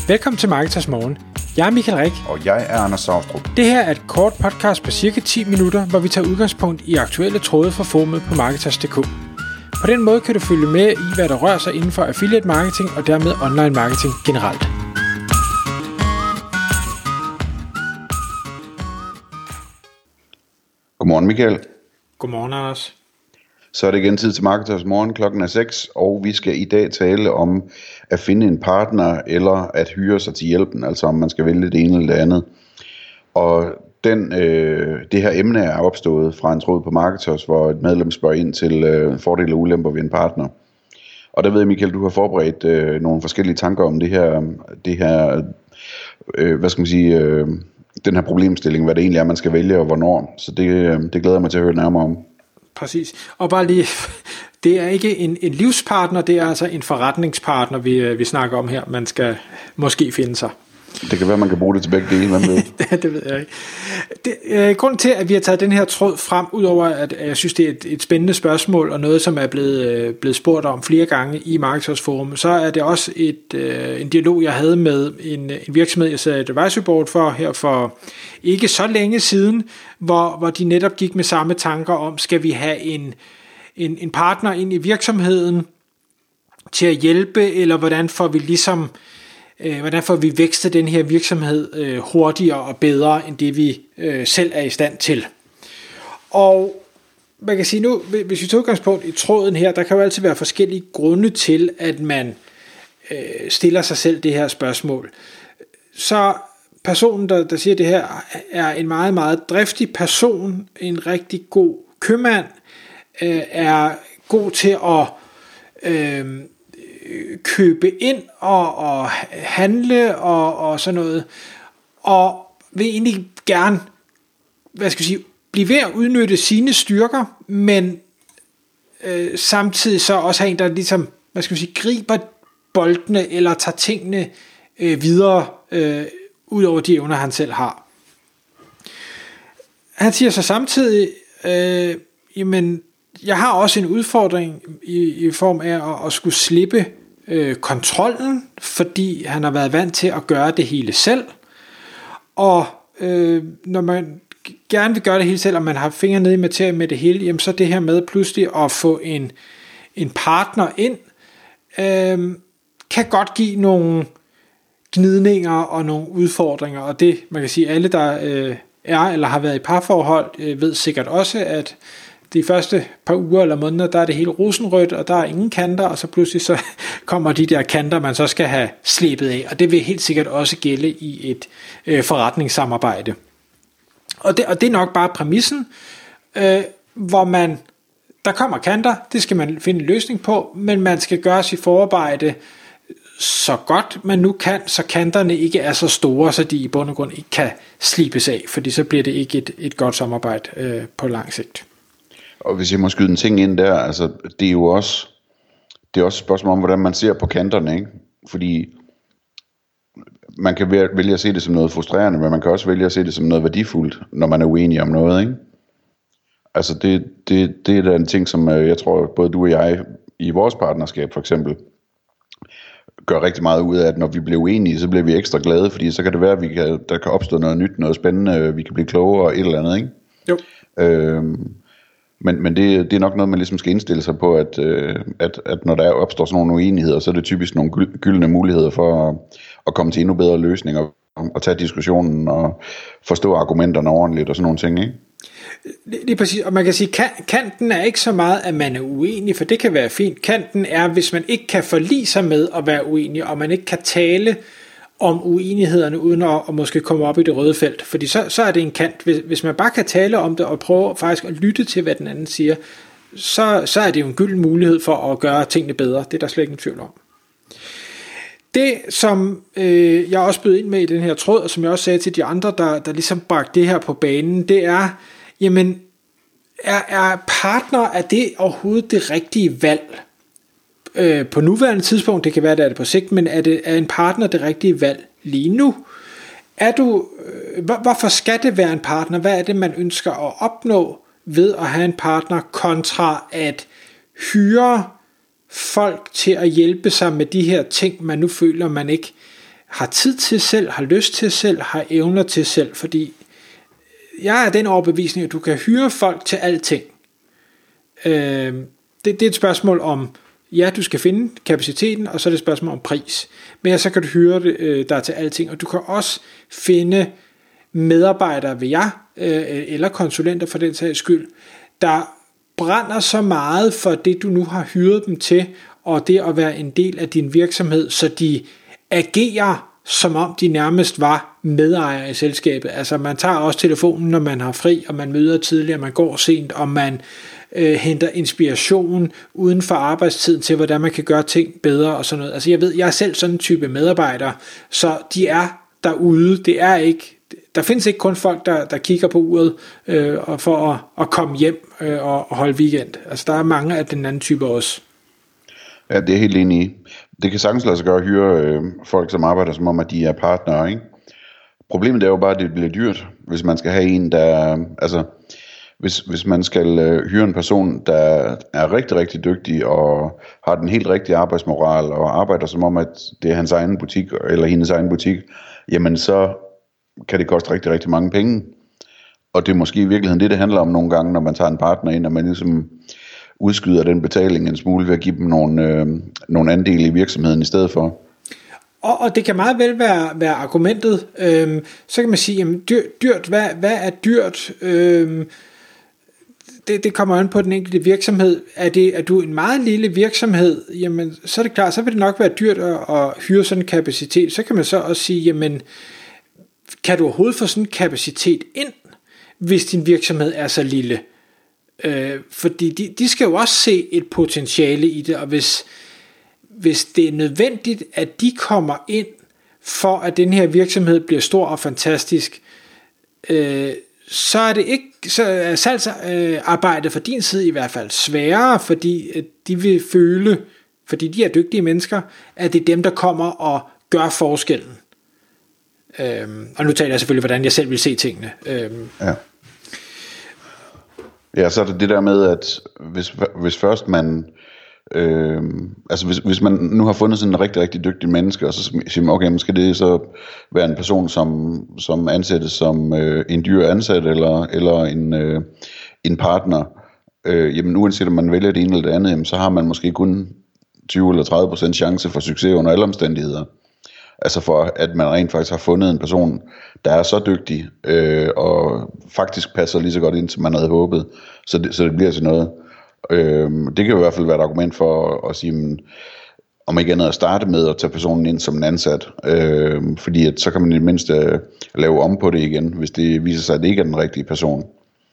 Velkommen til Marketers Morgen. Jeg er Michael Rik. Og jeg er Anders Saustrup. Det her er et kort podcast på cirka 10 minutter, hvor vi tager udgangspunkt i aktuelle tråde fra forumet på Marketers.dk. På den måde kan du følge med i, hvad der rører sig inden for affiliate marketing og dermed online marketing generelt. Godmorgen Michael. Godmorgen Anders. Så er det igen tid til Marketers Morgen, klokken er 6, og vi skal i dag tale om at finde en partner eller at hyre sig til hjælpen, altså om man skal vælge det ene eller det andet. Og det her emne er opstået fra en tråd på Marketers, hvor et medlem spørger ind til fordele og ulemper ved en partner. Og der ved jeg, Michael, du har forberedt nogle forskellige tanker om det her den her problemstilling, hvad det egentlig er, man skal vælge og hvornår. Så det glæder jeg mig til at høre nærmere om. Præcis. Og bare lige, det er ikke en livspartner, det er altså en forretningspartner, vi snakker om her. Man skal måske finde sig. Det kan være, man kan bruge det til begge dele, man ved. Det ved jeg ikke. Grunden til, at vi har taget den her tråd frem, udover at jeg synes, det er et spændende spørgsmål, og noget, som er blevet spurgt om flere gange i Marketers Forum, så er det også en dialog, jeg havde med en virksomhed, jeg sad i et advisory board for her for ikke så længe siden, hvor de netop gik med samme tanker om, skal vi have en partner ind i virksomheden til at hjælpe, eller hvordan får vi vækstet den her virksomhed hurtigere og bedre, end det vi selv er i stand til. Og man kan sige nu, hvis vi tager udgangspunkt i tråden her, der kan jo altid være forskellige grunde til, at man stiller sig selv det her spørgsmål. Så personen, der siger det her, er en meget, meget driftig person, en rigtig god købmand, er god til at købe ind og handle og sådan noget, og vil egentlig gerne, blive ved at udnytte sine styrker, men samtidig så også have en, der ligesom, griber boldene eller tager tingene videre ud over de evner, han selv har. Han siger så samtidig, jamen, jeg har også en udfordring i form af at skulle slippe kontrollen, fordi han har været vant til at gøre det hele selv. Og når man gerne vil gøre det hele selv, og man har fingre nede i materien med det hele, jamen så det her med pludselig at få en partner ind, kan godt give nogle gnidninger og nogle udfordringer. Og det, man kan sige, alle der er eller har været i parforhold, ved sikkert også, at de første par uger eller måneder, der er det helt rosenrødt, og der er ingen kanter, og så pludselig så kommer de der kanter, man så skal have slebet af, og det vil helt sikkert også gælde i et forretningssamarbejde. Og det er nok bare præmissen, hvor der kommer kanter, det skal man finde en løsning på, men man skal gøre sit forarbejde så godt man nu kan, så kanterne ikke er så store, så de i bund og grund ikke kan slibes af, fordi så bliver det ikke et godt samarbejde på lang sigt. Og hvis jeg må skyde en ting ind der, altså det er også et spørgsmål om, hvordan man ser på kanterne, ikke? Fordi man kan vælge at se det som noget frustrerende, men man kan også vælge at se det som noget værdifuldt, når man er uenig om noget, ikke? Altså det er da en ting, som jeg tror, både du og jeg i vores partnerskab for eksempel, gør rigtig meget ud af, at når vi bliver uenige, så bliver vi ekstra glade, fordi så kan det være, at der kan opstå noget nyt, noget spændende, vi kan blive klogere og et eller andet, ikke? Jo. Men det er nok noget, man ligesom skal indstille sig på, at når der opstår sådan nogle uenigheder, så er det typisk nogle gyldne muligheder for at komme til endnu bedre løsninger, og tage diskussionen og forstå argumenterne ordentligt og sådan nogle ting, ikke? Det er præcis, og man kan sige, kanten er ikke så meget, at man er uenig, for det kan være fint. Kanten er, hvis man ikke kan forlige sig med at være uenig, og man ikke kan tale om uenighederne, uden at måske komme op i det røde felt, fordi så er det en kant. Hvis man bare kan tale om det, og prøve faktisk at lytte til, hvad den anden siger, så er det jo en gylden mulighed for at gøre tingene bedre. Det er der slet ikke en tvivl om. Det, som jeg også bød ind med i den her tråd, og som jeg også sagde til de andre, der ligesom bragte det her på banen, det er, jamen, er partner, er det overhovedet det rigtige valg? På nuværende tidspunkt, det kan være, det er det på sigt, men er en partner det rigtige valg lige nu? Hvorfor skal det være en partner? Hvad er det, man ønsker at opnå ved at have en partner, kontra at hyre folk til at hjælpe sig med de her ting, man nu føler, man ikke har tid til selv, har lyst til selv, har evner til selv, fordi jeg er den overbevisning, at du kan hyre folk til alting. Det er et spørgsmål om, ja, du skal finde kapaciteten, og så er det et spørgsmål om pris. Men så kan du hyre dig til alting, og du kan også finde medarbejdere ved jer, eller konsulenter for den sags skyld, der brænder så meget for det, du nu har hyret dem til, og det at være en del af din virksomhed, så de agerer, som om de nærmest var medejere i selskabet. Altså man tager også telefonen, når man har fri, og man møder tidligere, man går sent, og man henter inspiration uden for arbejdstiden til, hvordan man kan gøre ting bedre og sådan noget. Altså jeg ved, jeg er selv sådan en type medarbejder, så de er derude. Det er ikke, der findes ikke kun folk, der kigger på uret og for at komme hjem og holde weekend. Altså der er mange af den anden type også. Ja, det er helt enig i. Det kan sagtens lade sig gøre at hyre folk, som arbejder som om, at de er partnere, ikke? Problemet er jo bare, at det bliver dyrt, hvis man skal have en, der... Altså, hvis man skal hyre en person, der er rigtig, rigtig dygtig og har den helt rigtige arbejdsmoral og arbejder som om, at det er hans egen butik eller hendes egen butik, jamen så kan det koste rigtig, rigtig mange penge. Og det er måske i virkeligheden det handler om nogle gange, når man tager en partner ind, og man ligesom udskyder den betaling en smule ved at give dem nogle andele i virksomheden i stedet for. Og det kan meget vel være argumentet. Så kan man sige, jamen dyrt, hvad er dyrt? Det kommer an på den enkelte virksomhed. Er du en meget lille virksomhed, jamen så er det klart, så vil det nok være dyrt at hyre sådan en kapacitet. Så kan man så også sige, jamen kan du overhovedet få sådan en kapacitet ind, hvis din virksomhed er så lille? Fordi de skal jo også se et potentiale i det, og hvis det er nødvendigt, at de kommer ind, for at den her virksomhed bliver stor og fantastisk, så er det ikke, så er salgsarbejdet fra din side i hvert fald sværere, fordi de vil føle, fordi de er dygtige mennesker, at det er dem, der kommer og gør forskellen. Og nu taler jeg selvfølgelig, hvordan jeg selv vil se tingene. Ja, så er det der med, at hvis først man, altså hvis man nu har fundet sådan en rigtig, rigtig dygtig menneske, og så siger man, okay, men skal det så være en person, som ansættes som en dyr ansat, eller en partner, jamen uanset om man vælger det ene eller det andet, jamen, så har man måske kun 20 eller 30% chance for succes under alle omstændigheder. Altså for at man rent faktisk har fundet en person, der er så dygtig, og faktisk passer lige så godt ind, som man havde håbet, så det bliver til noget. Det kan jo i hvert fald være et argument for at sige, om ikke andet at starte med at tage personen ind som en ansat, fordi at så kan man i det mindste lave om på det igen, hvis det viser sig, at det ikke er den rigtige person.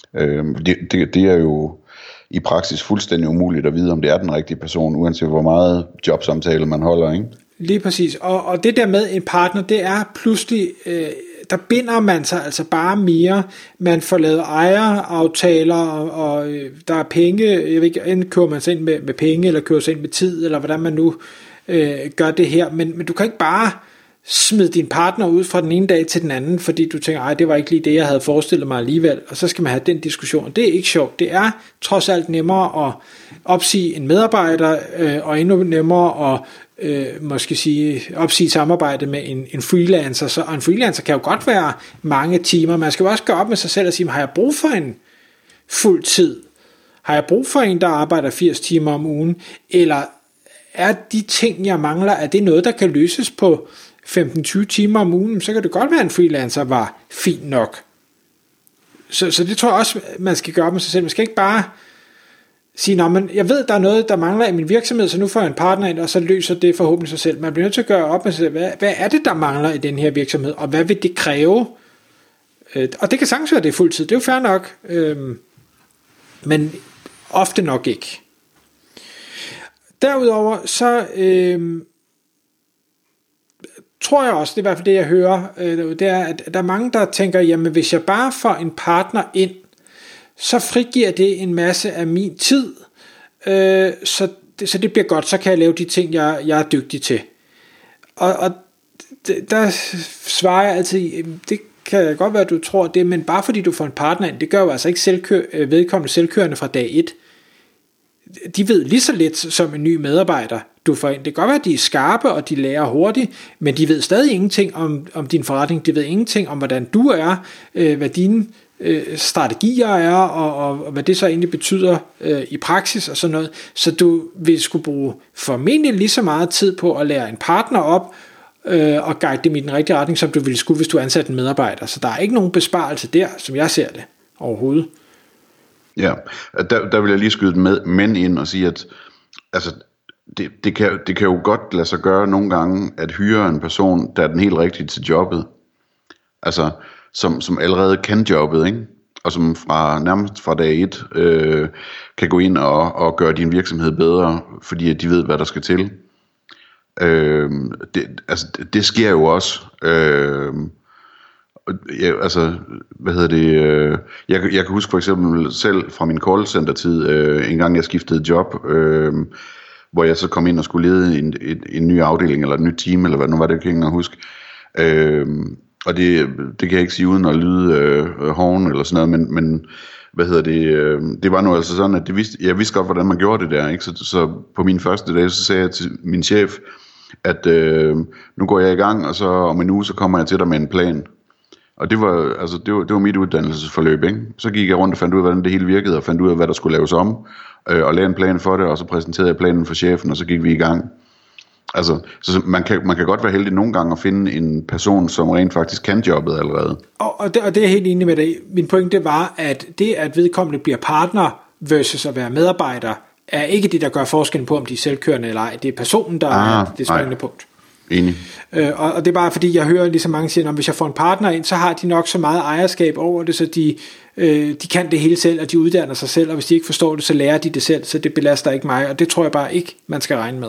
Det er jo i praksis fuldstændig umuligt at vide, om det er den rigtige person, uanset hvor meget jobsamtale man holder, ikke? Lige præcis, og det der med en partner, det er pludselig, der binder man sig altså bare mere, man får lavet ejeraftaler, og der er penge, jeg ved ikke, enten kører man sig ind med penge, eller kører sig ind med tid, eller hvordan man nu gør det her, men du kan ikke bare smide din partner ud fra den ene dag til den anden, fordi du tænker, ej, det var ikke lige det, jeg havde forestillet mig alligevel, og så skal man have den diskussion. Det er ikke sjovt. Det er trods alt nemmere at opsige en medarbejder, og endnu nemmere at måske opsige samarbejde med en freelancer. Og en freelancer kan jo godt være mange timer. Man skal jo også gå op med sig selv og sige, har jeg brug for en fuld tid? Har jeg brug for en, der arbejder 80 timer om ugen? Eller er de ting, jeg mangler, er det noget, der kan løses på 15-20 timer om ugen? Så kan det godt være, at en freelancer var fint nok. Så det tror jeg også, man skal gøre op med sig selv. Man skal ikke bare sige, men jeg ved, der er noget, der mangler i min virksomhed, så nu får jeg en partner ind, og så løser det forhåbentlig sig selv. Man bliver nødt til at gøre op med sig selv, hvad er det, der mangler i den her virksomhed, og hvad vil det kræve? Og det kan sagtens være, det er fuldtid. Det er jo fair nok, men ofte nok ikke. Derudover, så tror jeg også, det er i hvert fald det, jeg hører, det er, at der er mange, der tænker, jamen hvis jeg bare får en partner ind, så frigiver det en masse af min tid, så det bliver godt, så kan jeg lave de ting, jeg er dygtig til. Og der svarer jeg altid, det kan godt være, at du tror det, men bare fordi du får en partner ind, det gør jo altså ikke vedkommende selvkørende fra dag 1. de ved lige så lidt som en ny medarbejder, du får ind. Det kan godt være, at de er skarpe, og de lærer hurtigt, men de ved stadig ingenting om din forretning. De ved ingenting om, hvordan du er, hvad dine strategier er, og hvad det så egentlig betyder i praksis og sådan noget. Så du vil skulle bruge formentlig lige så meget tid på at lære en partner op, og guide dem i den rigtige retning, som du ville skulle, hvis du ansatte en medarbejder. Så der er ikke nogen besparelse der, som jeg ser det overhovedet. Ja, der vil jeg lige skyde med mænd ind og sige, at altså, det kan jo godt lade sig gøre nogle gange, at hyre en person, der er den helt rigtige til jobbet. Altså, som allerede kan jobbet, ikke? Og som nærmest fra dag 1 kan gå ind og gøre din virksomhed bedre, fordi de ved, hvad der skal til. Det sker jo også. Jeg kan huske for eksempel selv fra min callcenter-tid, en gang jeg skiftede job, hvor jeg så kom ind og skulle lede en ny afdeling, eller et nyt team, eller hvad nu var det, jeg kan ikke huske. Og det kan jeg ikke sige uden at lyde hoven eller sådan noget, men det var nu altså sådan, at jeg vidste godt, hvordan man gjorde det der, ikke? Så på min første dag, så sagde jeg til min chef, at nu går jeg i gang, og så om en uge, så kommer jeg til dig med en plan. Og det var mit uddannelsesforløb, ikke? Så gik jeg rundt og fandt ud af, hvordan det hele virkede, og fandt ud af, hvad der skulle laves om, og lavede en plan for det, og så præsenterede jeg planen for chefen, og så gik vi i gang. Altså, så man kan godt være heldig nogle gange at finde en person, som rent faktisk kan jobbet allerede. Og det er jeg helt enig med dig. Min pointe var, at det, at vedkommende bliver partner versus at være medarbejder, er ikke det, der gør forskellen på, om de er selvkørende eller ej. Det er personen, der er det springende punkt. Enig. Og det er bare fordi, jeg hører lige så mange sige, at hvis jeg får en partner ind, så har de nok så meget ejerskab over det, så de kan det hele selv, og de uddanner sig selv, og hvis de ikke forstår det, så lærer de det selv, så det belaster ikke mig, og det tror jeg bare ikke, man skal regne med.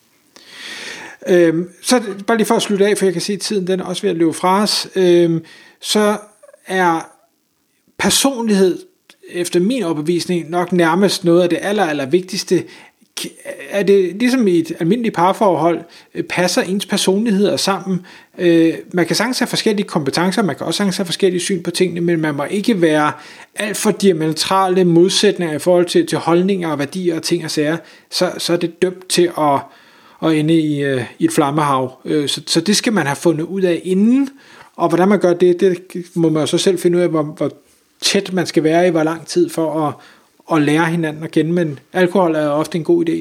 Så bare lige for at slutte af, for jeg kan se, at tiden den er også ved at løbe fra os, så er personlighed, efter min overbevisning, nok nærmest noget af det aller vigtigste. Er det ligesom i et almindeligt parforhold, passer ens personligheder sammen? Man kan sagtens have forskellige kompetencer, man kan også sagtens have forskellige syn på tingene, men man må ikke være alt for diametrale modsætninger i forhold til holdninger og værdier og ting og sager, så er det dømt til at ende i et flammehav. Så det skal man have fundet ud af inden, og hvordan man gør det må man jo så selv finde ud af, hvor tæt man skal være i, hvor lang tid for at lære hinanden at kende, men alkohol er ofte en god idé.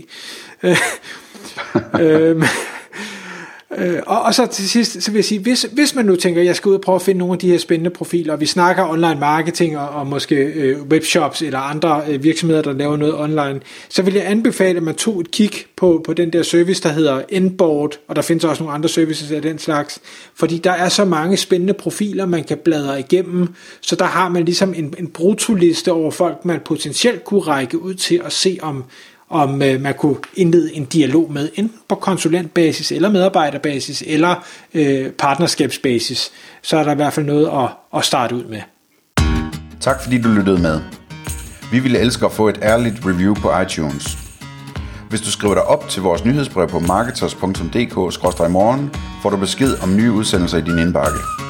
Og så til sidst, så vil jeg sige, hvis man nu tænker, jeg skal ud og prøve at finde nogle af de her spændende profiler, og vi snakker online marketing og måske webshops eller andre virksomheder, der laver noget online, så vil jeg anbefale, at man tog et kig på den der service, der hedder Inboard, og der findes også nogle andre services af den slags, fordi der er så mange spændende profiler, man kan bladre igennem, så der har man ligesom en brutoliste over folk, man potentielt kunne række ud til at se om man kunne indlede en dialog med, enten på konsulentbasis, eller medarbejderbasis, eller partnerskabsbasis, så er der i hvert fald noget at starte ud med. Tak fordi du lyttede med. Vi ville elske at få et ærligt review på iTunes. Hvis du skriver dig op til vores nyhedsbrev på marketers.dk/morgen, får du besked om nye udsendelser i din indbakke.